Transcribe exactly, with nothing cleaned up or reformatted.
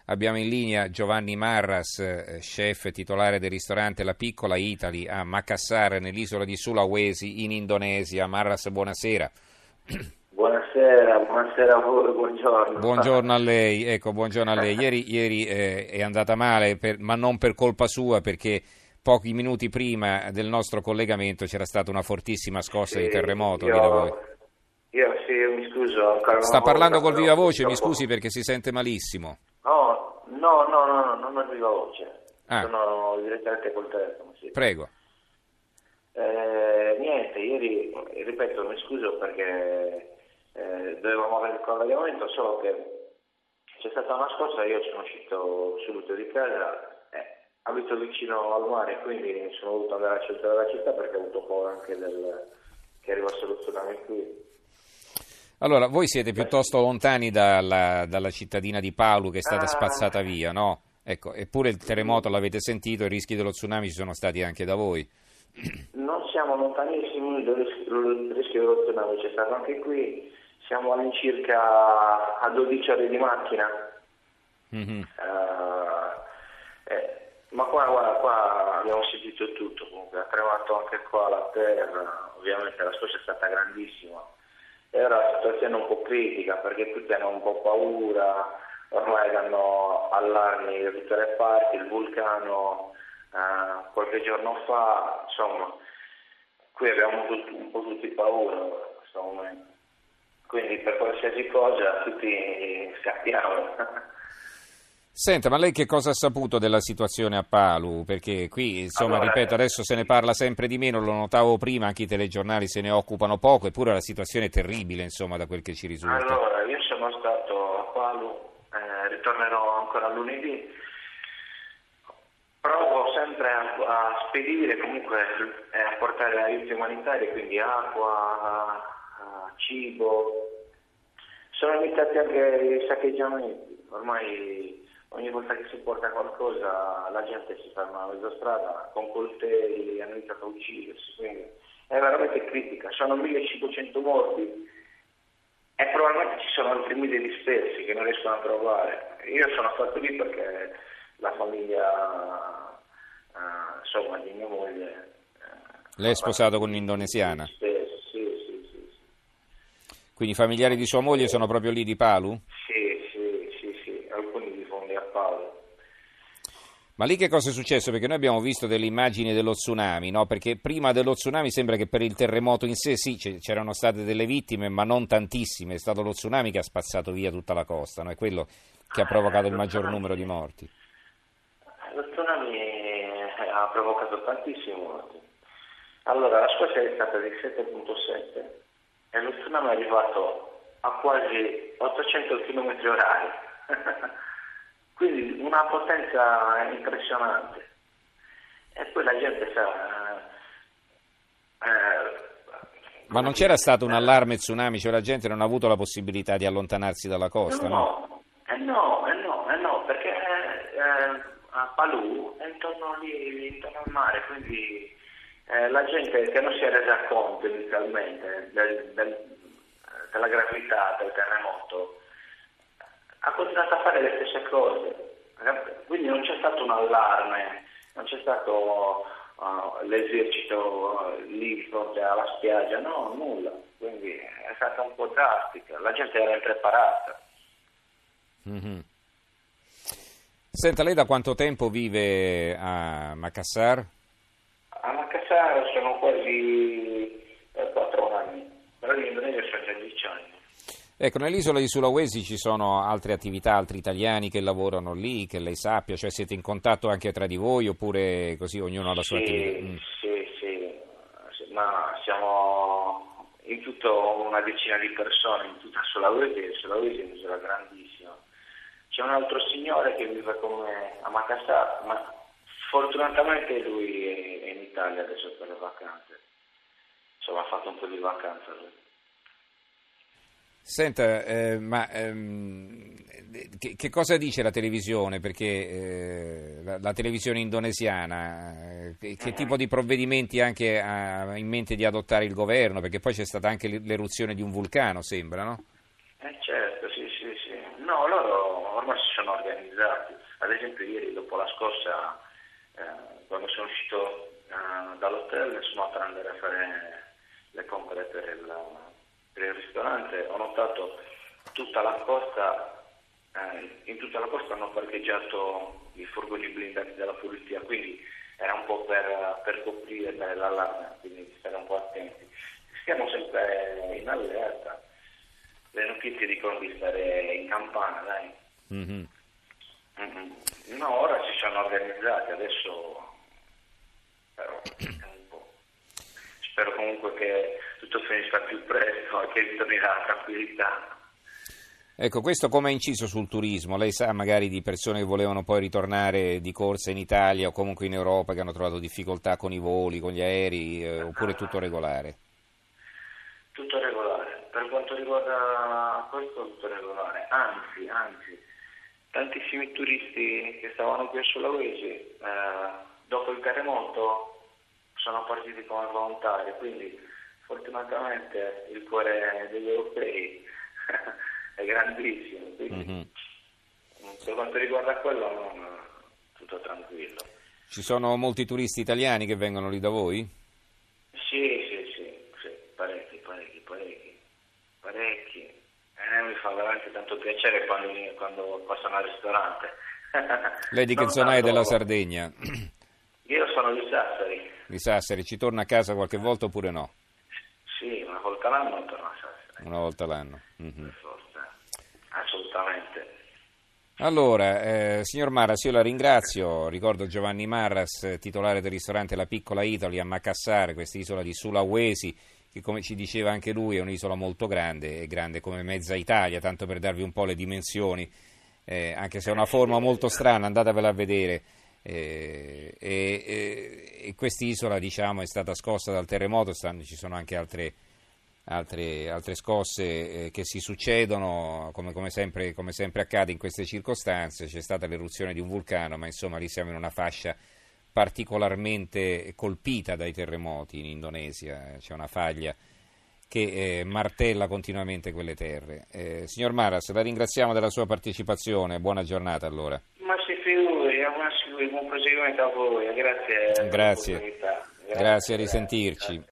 Abbiamo in linea Giovanni Marras, eh, chef titolare del ristorante La Piccola Italy a Makassar, nell'isola di Sulawesi, in Indonesia. Marras, buonasera. Buonasera, buonasera a voi, buongiorno. Buongiorno a lei, ecco, buongiorno a lei. Ieri, ieri eh, è andata male, per, ma non per colpa sua, perché pochi minuti prima del nostro collegamento c'era stata una fortissima scossa sì, di terremoto. Io, lì da voi. io sì, mi scuso. Ancora Sta parlando col viva voce, mi purtroppo... scusi perché si sente malissimo. No, no, no, no, no non ho viva voce. Ah. Sono direttamente col telefono. Sì. Prego. Eh, niente, ieri, ripeto, mi scuso perché eh, dovevamo avere il collegamento, solo che c'è stata una scossa, io sono uscito subito di casa, eh, abito vicino al mare, quindi sono dovuto andare al centro della città perché ho avuto paura anche del, che arrivasse lo tsunami qui. Allora, voi siete piuttosto lontani dalla, dalla cittadina di Palu che è stata ah. spazzata via, no? Ecco, eppure il terremoto l'avete sentito, i rischi dello tsunami ci sono stati anche da voi. Non siamo lontanissimi, il rischio dello tsunami c'è stato anche qui, siamo all'incirca a dodici ore di macchina, mm-hmm. uh, eh, ma qua, guarda, qua abbiamo sentito tutto, comunque ha tremato anche qua la terra, ovviamente la scossa è stata grandissima, era una situazione un po' critica perché tutti hanno un po' paura, ormai danno allarmi da tutte le parti, il vulcano uh, qualche giorno fa, insomma, qui abbiamo tutti, un po' tutti paura in questo momento. Quindi per qualsiasi cosa tutti scappiamo. Senta, ma lei che cosa ha saputo della situazione a Palu? Perché qui, insomma, allora, ripeto, adesso se ne parla sempre di meno, lo notavo prima, anche i telegiornali se ne occupano poco, eppure la situazione è terribile, insomma, da quel che ci risulta. Allora, io sono stato a Palu, eh, ritornerò ancora lunedì, provo sempre a, a spedire, comunque eh, a portare aiuti umanitari, quindi acqua, cibo, sono iniziati anche i saccheggiamenti, ormai ogni volta che si porta qualcosa la gente si ferma a mezza strada con coltelli, hanno iniziato a uccidersi, quindi è veramente critica, sono millecinquecento morti e probabilmente ci sono altri mille dispersi che non riescono a trovare. Io sono stato lì perché la famiglia eh, insomma di mia moglie eh, lei è sposato con un'indonesiana? Quindi i familiari di sua moglie sono proprio lì di Palu? Sì, sì, sì, sì, alcuni vivono lì a Palu. Ma lì che cosa è successo? Perché noi abbiamo visto delle immagini dello tsunami, no? Perché prima dello tsunami sembra che per il terremoto in sé sì, c'erano state delle vittime, ma non tantissime. È stato lo tsunami che ha spazzato via tutta la costa, no? È quello che ha provocato il maggior tsunami, numero di morti. Lo tsunami ha provocato tantissimi morti. Allora, la scossa è stata di sette virgola sette. E lo tsunami è arrivato a quasi ottocento chilometri orari, quindi una potenza impressionante. E poi la gente sa... Eh, Ma non c'era stato un allarme tsunami, cioè la gente non ha avuto la possibilità di allontanarsi dalla costa, no? No, eh no, eh no, eh no, perché eh, a Palu è intorno lì, intorno al mare, quindi... Eh, la gente che non si è resa conto inizialmente del, del, della gravità del terremoto ha continuato a fare le stesse cose, quindi non c'è stato un allarme, non c'è stato uh, l'esercito uh, lì di fronte alla spiaggia, no, nulla, quindi è stata un po' drastica, la gente era impreparata. Mm-hmm. Senta, lei da quanto tempo vive a Makassar? A Makassar sono quasi quattro anni, però in Indonesia sono già dieci anni. Ecco, nell'isola di Sulawesi ci sono altre attività, altri italiani che lavorano lì, che lei sappia, cioè siete in contatto anche tra di voi oppure così ognuno ha la sua sì, attività? Mm. Sì, sì, ma siamo in tutto una decina di persone, in tutta Sulawesi, Sulawesi è un'isola grandissima. C'è un altro signore che vive con me a Makassar, ma fortunatamente lui è in Italia adesso per le vacanze, insomma ha fatto un po' di vacanza lui. Senta, eh, ma ehm, che, che cosa dice la televisione? Perché eh, la, la televisione indonesiana, eh, che, che tipo di provvedimenti anche ha in mente di adottare il governo? Perché poi c'è stata anche l'eruzione di un vulcano, sembra, no? Eh certo, sì, sì, sì. No, loro ormai si sono organizzati organizzati. Ad esempio ieri dopo la scorsa, eh, quando sono uscito eh, dall'hotel sono andato ad andare a fare le compere per il, per il ristorante, ho notato tutta la costa, eh, in tutta la costa hanno parcheggiato i furgoni blindati della polizia, quindi era un po' per, per coprire l'allarme, quindi stare un po' attenti. Stiamo sempre in allerta, le notizie dicono di stare in campana, dai. Mm-hmm. Mm-hmm. No, ora si sono organizzati, adesso però un po'. Spero comunque che tutto finisca più presto e che ritorni la tranquillità. Ecco, questo come ha inciso sul turismo? Lei sa magari di persone che volevano poi ritornare di corsa in Italia o comunque in Europa, che hanno trovato difficoltà con i voli, con gli aerei, eh, oppure tutto regolare? Tutto regolare. Per quanto riguarda questo, tutto regolare. Anzi, anzi, tantissimi turisti che stavano qui a Sulawesi, eh, dopo il terremoto, sono partiti come volontari, quindi fortunatamente il cuore degli europei è grandissimo, quindi mm-hmm. per quanto riguarda quello non, tutto tranquillo. Ci sono molti turisti italiani che vengono lì da voi? Sì, sì, sì, sì, parecchi, parecchi, parecchi, parecchi. Eh, mi fa veramente tanto piacere quando, quando passano al ristorante. Lei di che zona è della Sardegna? Io sono di Sassari. Di Sassari, ci torna a casa qualche volta oppure no? Sì, una volta l'anno torno a Sassari. Una volta l'anno. Mm-hmm. Assolutamente. Allora, eh, signor Marras, io la ringrazio, ricordo Giovanni Marras, titolare del ristorante La Piccola Italy a Makassar, questa isola di Sulawesi, che come ci diceva anche lui è un'isola molto grande, è grande come mezza Italia, tanto per darvi un po' le dimensioni, eh, anche se è una forma molto strana, andatevela a vedere. Eh, e, e, e quest'isola, diciamo, è stata scossa dal terremoto, stanno, ci sono anche altre Altre, altre scosse eh, che si succedono, come, come, sempre, come sempre accade in queste circostanze. C'è stata l'eruzione di un vulcano, ma insomma lì siamo in una fascia particolarmente colpita dai terremoti in Indonesia, c'è una faglia che eh, martella continuamente quelle terre. Eh, signor Marras, la ringraziamo della sua partecipazione, buona giornata allora. Ma si figuri, buon proseguimento a voi, grazie. Grazie, grazie, a risentirci.